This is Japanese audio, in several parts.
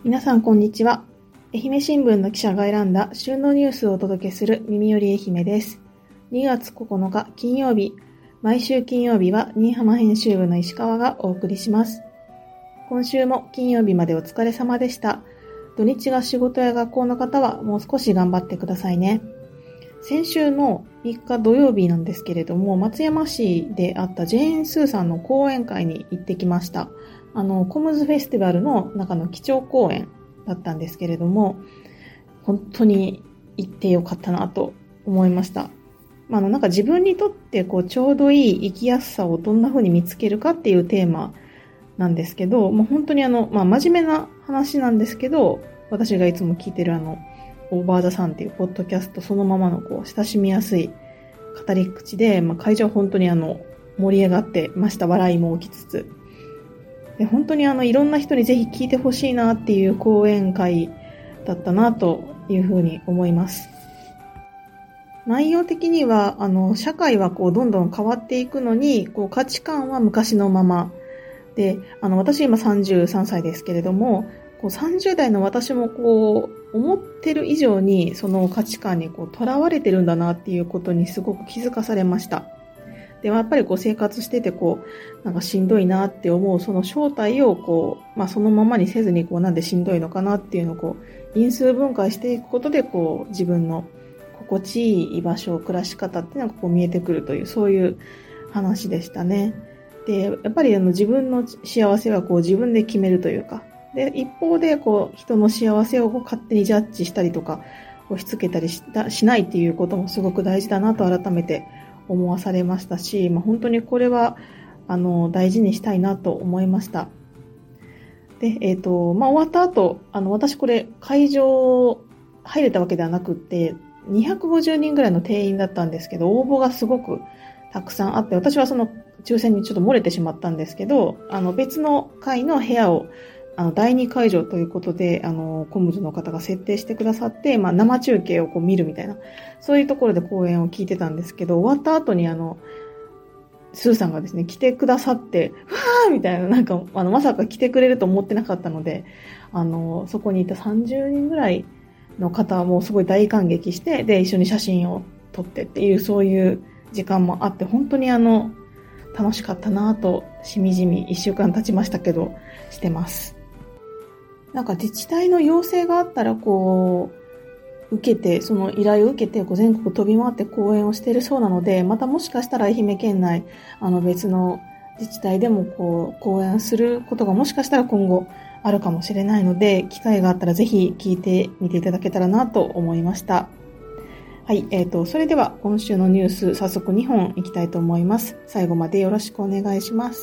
皆さんこんにちは。愛媛新聞の記者が選んだ旬のニュースをお届けする耳より愛媛です。2月9日金曜日、毎週金曜日は新居浜編集部の石川がお送りします。今週も金曜日までお疲れ様でした。土日が仕事や学校の方はもう少し頑張ってくださいね。先週の3日土曜日なんですけれども、松山市であったジェーン・スーさんの講演会に行ってきました。コムズフェスティバルの中の基調講演だったんですけれども、本当に行ってよかったなと思いました。なんか自分にとってちょうどいい生きやすさをどんな風に見つけるかっていうテーマなんですけど、本当に真面目な話なんですけど、私がいつも聞いてるオーバーザさんっていうポッドキャストそのままの親しみやすい語り口で、会場は本当に盛り上がってました。笑いも起きつつ。で本当にいろんな人にぜひ聞いてほしいなっていう講演会だったなというふうに思います。内容的には社会はどんどん変わっていくのに価値観は昔のままで、私今33歳ですけれども、30代の私も思ってる以上にその価値観に囚われてるんだなっていうことにすごく気づかされました。でやっぱり生活しててなんかしんどいなって思うその正体をそのままにせずになんでしんどいのかなっていうのを因数分解していくことで自分の心地いい居場所、暮らし方っていうのが見えてくるという、そういう話でしたね。でやっぱり自分の幸せは自分で決めるというか、で一方で人の幸せを勝手にジャッジしたりとか押し付けたりしないっていうこともすごく大事だなと改めて思わされましたし、本当にこれは大事にしたいなと思いました。で、終わった後私これ会場入れたわけではなくって250人ぐらいの定員だったんですけど、応募がすごくたくさんあって、私はその抽選にちょっと漏れてしまったんですけど、別の会の部屋を第2会場ということでコムズの方が設定してくださって、生中継を見るみたいな、そういうところで講演を聞いてたんですけど、終わった後にスーさんがですね来てくださって、わーみたいな、なんかまさか来てくれると思ってなかったので、そこにいた30人ぐらいの方はもうすごい大感激して、で一緒に写真を撮ってっていう、そういう時間もあって、本当に楽しかったなとしみじみ1週間経ちましたけどしてます。なんか自治体の要請があったら受けて、その依頼を受けて全国飛び回って講演をしているそうなので、またもしかしたら愛媛県内別の自治体でも講演することがもしかしたら今後あるかもしれないので、機会があったらぜひ聞いてみていただけたらなと思いました。はい、それでは今週のニュース早速2本いきたいと思います。最後までよろしくお願いします。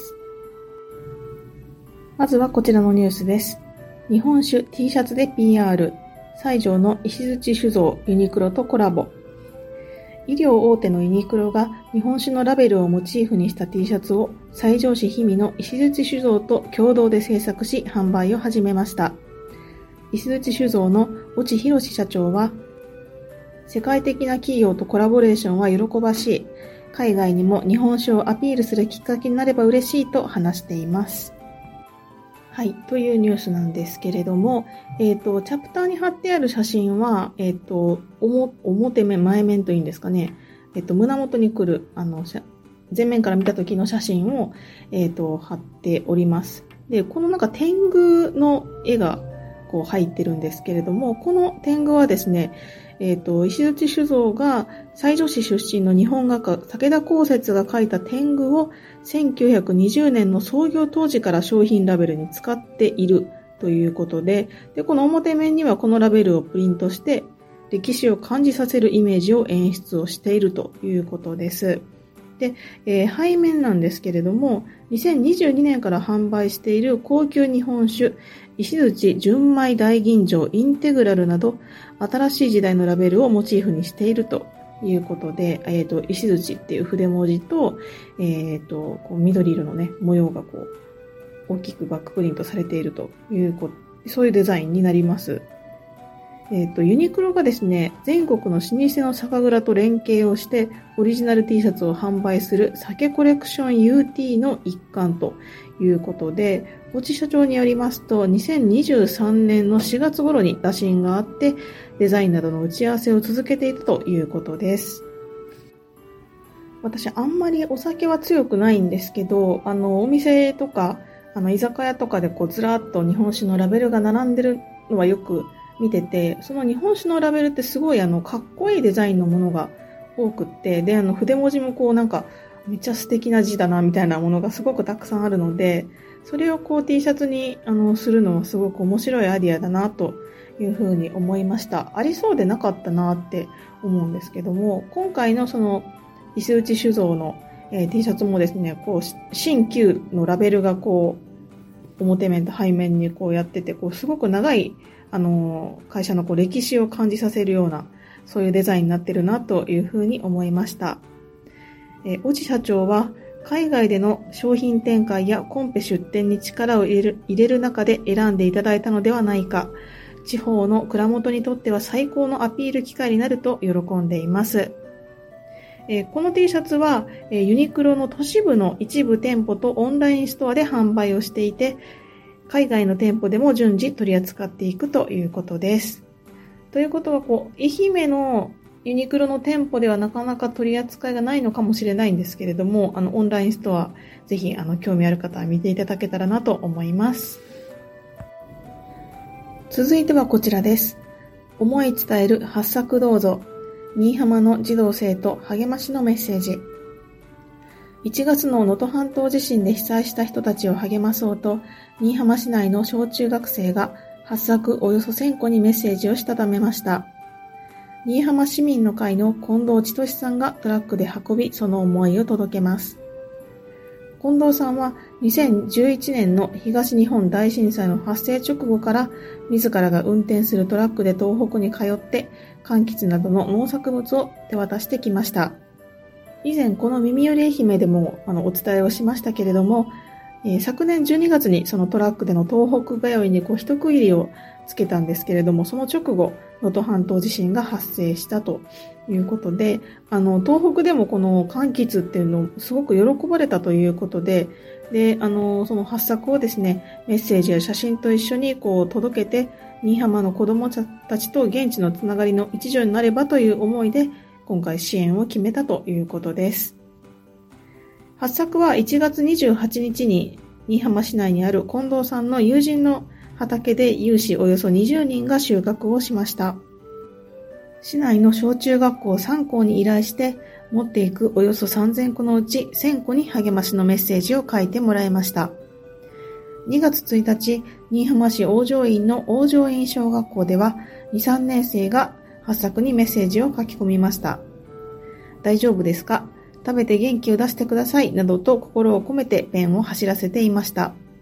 まずはこちらのニュースです。日本酒 T シャツで PR、西条の石槌酒造ユニクロとコラボ。医療大手のユニクロが日本酒のラベルをモチーフにした T シャツを西条市氷見の石槌酒造と共同で制作し販売を始めました。石槌酒造の越智博社長は、世界的な企業とコラボレーションは喜ばしい。海外にも日本酒をアピールするきっかけになれば嬉しいと話しています。はい、というニュースなんですけれども、チャプターに貼ってある写真は、表面、前面というんですかね、胸元に来る、前面から見た時の写真を、貼っております。で、このなんか天狗の絵が入ってるんですけれども、この天狗はですね、石槌酒造が西条市出身の日本画家武田光節が描いた天狗を1920年の創業当時から商品ラベルに使っているということで、この表面にはこのラベルをプリントして歴史を感じさせるイメージを演出をしているということです。で、背面なんですけれども、2022年から販売している高級日本酒石槌純米大吟醸インテグラルなど新しい時代のラベルをモチーフにしているということで、石槌っていう筆文字と、緑色のね模様が大きくバックプリントされているというそういうデザインになります。 ユニクロがですね、全国の老舗の酒蔵と連携をしてオリジナル T シャツを販売する酒コレクション UT の一環ということで、越智社長によりますと、2023年の4月頃に打診があって、デザインなどの打ち合わせを続けていたということです。私、あんまりお酒は強くないんですけど、お店とか、居酒屋とかでずらっと日本酒のラベルが並んでるのはよく見てて、その日本酒のラベルってすごいかっこいいデザインのものが多くって、で、筆文字もめっちゃ素敵な字だなみたいなものがすごくたくさんあるので、それをT シャツにするのはすごく面白いアイディアだなというふうに思いました。ありそうでなかったなって思うんですけども、今回のその伊勢内酒造の、T シャツもですね、新旧のラベルが表面と背面にやってて、すごく長い会社の歴史を感じさせるような、そういうデザインになってるなというふうに思いました。越智社長は、海外での商品展開やコンペ出店に力を入れる中で選んでいただいたのではないか。地方の蔵元にとっては最高のアピール機会になると喜んでいます。この T シャツは、ユニクロの都市部の一部店舗とオンラインストアで販売をしていて、海外の店舗でも順次取り扱っていくということです。ということは、愛媛のユニクロの店舗ではなかなか取り扱いがないのかもしれないんですけれども、オンラインストア、ぜひ、興味ある方は見ていただけたらなと思います。続いてはこちらです。思い伝える八作どうぞ。新居浜の児童生徒励ましのメッセージ。1月の能登半島地震で被災した人たちを励まそうと、新居浜市内の小中学生が8作およそ1000個にメッセージをしたためました。新居浜市民の会の近藤千歳さんがトラックで運び、その思いを届けます。近藤さんは2011年の東日本大震災の発生直後から自らが運転するトラックで東北に通って柑橘などの農作物を手渡してきました。以前この耳より愛媛でもお伝えをしましたけれども、昨年12月にそのトラックでの東北通いに一区切りをつけたんですけれども、その直後、能登半島地震が発生したということで、東北でもこの柑橘っていうのをすごく喜ばれたということで、で、その発作をですね、メッセージや写真と一緒に届けて、新居浜の子どもたちと現地のつながりの一助になればという思いで、今回支援を決めたということです。発作は1月28日に新居浜市内にある近藤さんの友人の畑で有志およそ20人が収穫をしました。市内の小中学校3校に依頼して持っていくおよそ3000個のうち1000個に励ましのメッセージを書いてもらいました。2月1日、新居浜市王城院の王城院小学校では2、3年生が発作にメッセージを書き込みました。大丈夫ですか？食べて元気を出してくださいなどと心を込めてペンを走らせていました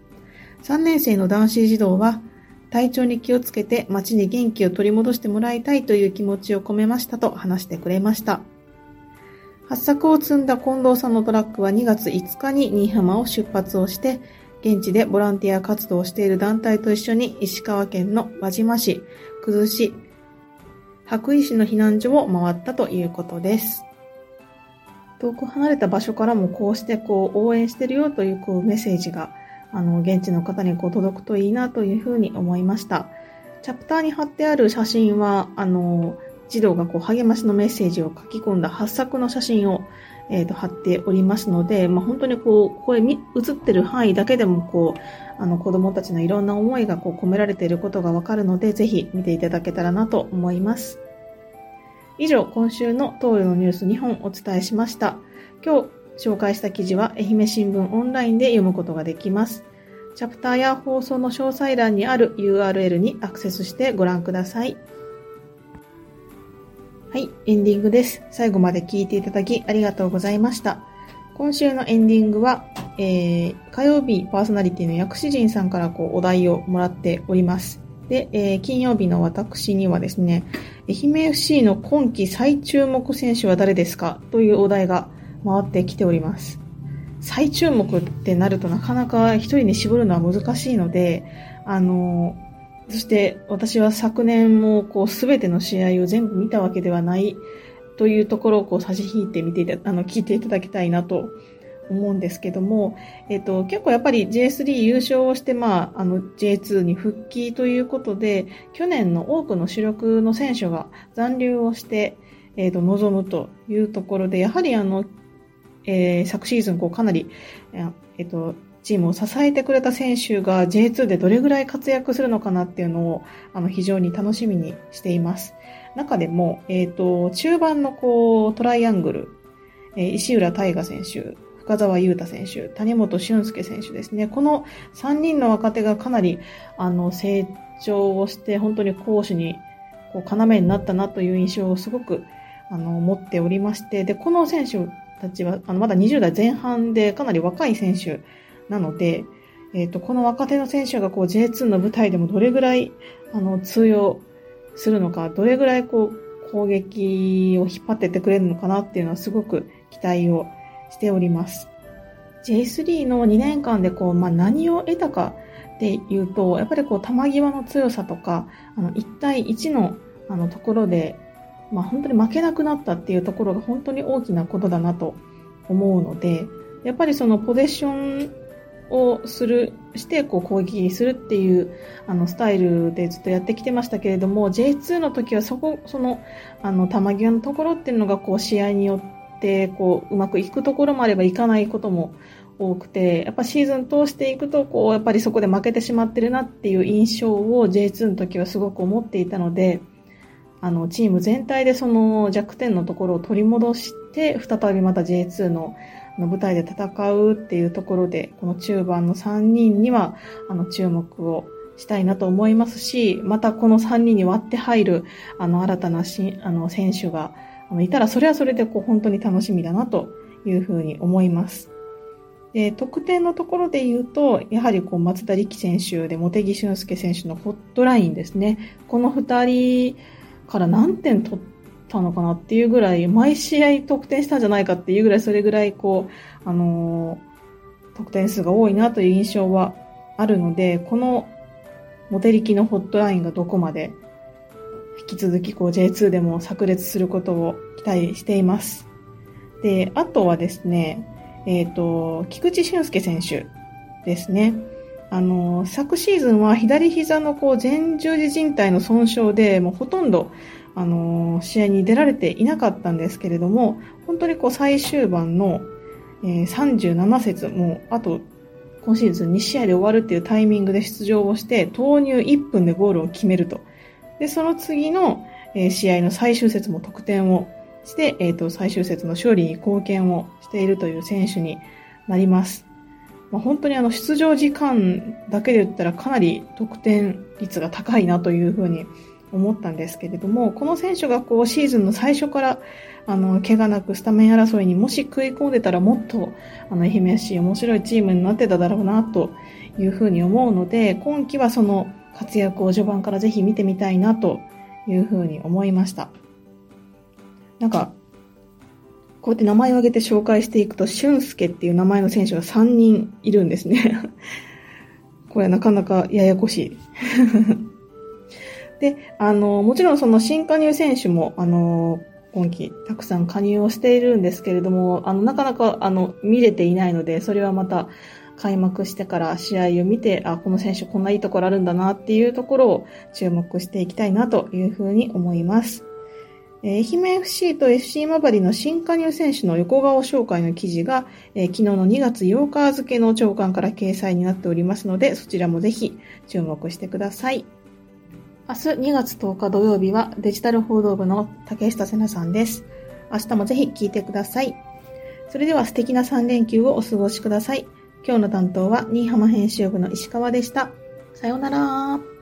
。3年生の男子児童は体調に気をつけて街に元気を取り戻してもらいたいという気持ちを込めましたと話してくれました。発作を積んだ近藤さんのトラックは2月5日に新居浜を出発をして現地でボランティア活動をしている団体と一緒に石川県の輪島市、葛市、羽咋市の避難所を回ったということです。遠く離れた場所からもこうして応援してるよというメッセージが現地の方に届くといいなというふうに思いました。チャプターに貼ってある写真は児童が励ましのメッセージを書き込んだ発作の写真を貼っておりますので、本当にこれ映ってる範囲だけでも子供たちのいろんな思いが込められていることがわかるので、ぜひ見ていただけたらなと思います。以上、今週の東洋のニュース2本お伝えしました。今日紹介した記事は愛媛新聞オンラインで読むことができます。チャプターや放送の詳細欄にある URL にアクセスしてご覧ください。はい、エンディングです。最後まで聞いていただきありがとうございました。今週のエンディングは、火曜日パーソナリティの薬師陣さんからお題をもらっております。で、金曜日の私にはですね、愛媛 FC の今季最注目選手は誰ですかというお題が回ってきております。最注目ってなるとなかなか一人に絞るのは難しいので、 そして私は昨年も全ての試合を全部見たわけではないというところを差し引いて聞いていただきたいなと思うんですけども、結構やっぱり J3 優勝をして、J2 に復帰ということで、去年の多くの主力の選手が残留をして、臨むというところで、やはり昨シーズンかなり、チームを支えてくれた選手が J2 でどれぐらい活躍するのかなっていうのを非常に楽しみにしています。中でも、中盤のトライアングル、石浦大河選手、深澤優太選手、谷本俊介選手ですね。この3人の若手がかなり成長をして本当に攻守に要になったなという印象をすごく持っておりまして、でこの選手たちはまだ20代前半でかなり若い選手なので、この若手の選手がJ2 の舞台でもどれぐらい通用するのか、どれぐらい攻撃を引っ張ってってくれるのかなっていうのはすごく期待をしております。J3 の2年間で何を得たかっていうと、やっぱり球際の強さとか、1対1のところで、本当に負けなくなったっていうところが本当に大きなことだなと思うので、やっぱりそのポゼッションをして攻撃するっていうスタイルでずっとやってきてましたけれども、 J2 の時はその球際のところっていうのが試合によってうまくいくところもあればいかないことも多くて、やっぱシーズン通していくとやっぱりそこで負けてしまってるなっていう印象を J2 の時はすごく思っていたので、チーム全体でその弱点のところを取り戻して再びまた J2 の舞台で戦うっていうところで、この中盤の3人には注目をしたいなと思いますし、またこの3人に割って入る新たな選手がいたら、それはそれで本当に楽しみだなというふうに思います。で、得点のところで言うと、やはり松田力選手で茂木俊介選手のホットラインですね。この2人から何点取ったのかなっていうぐらい、毎試合得点したんじゃないかっていうぐらい、それぐらい得点数が多いなという印象はあるので、この茂木力のホットラインがどこまで引き続きJ2 でも炸裂することを期待しています。で、あとはですね、菊池俊介選手ですね。昨シーズンは左膝の前十字靭帯の損傷で、もうほとんど、試合に出られていなかったんですけれども、本当に最終盤の、37節、もうあと今シーズン2試合で終わるっていうタイミングで出場をして、投入1分でゴールを決めると。で、その次の、試合の最終節も得点をして、最終節の勝利に貢献をしているという選手になります。本当に出場時間だけで言ったらかなり得点率が高いなというふうに思ったんですけれども、この選手がシーズンの最初から怪我なくスタメン争いにもし食い込んでたら、もっと愛媛 FC 面白いチームになってただろうなというふうに思うので、今季はその活躍を序盤からぜひ見てみたいなというふうに思いました。こうやって名前を挙げて紹介していくと、俊介っていう名前の選手が3人いるんですね。これなかなかややこしい。で、もちろんその新加入選手も、今季たくさん加入をしているんですけれども、なかなか見れていないので、それはまた開幕してから試合を見て、この選手こんないいところあるんだなっていうところを注目していきたいなというふうに思います。愛媛 FC と FC 今治の新加入選手の横顔紹介の記事が、昨日の2月8日付の朝刊から掲載になっておりますので、そちらもぜひ注目してください。明日2月10日土曜日はデジタル報道部の竹下瀬奈さんです。明日もぜひ聞いてください。それでは素敵な3連休をお過ごしください。今日の担当は新居浜編集部の石川でした。さようなら。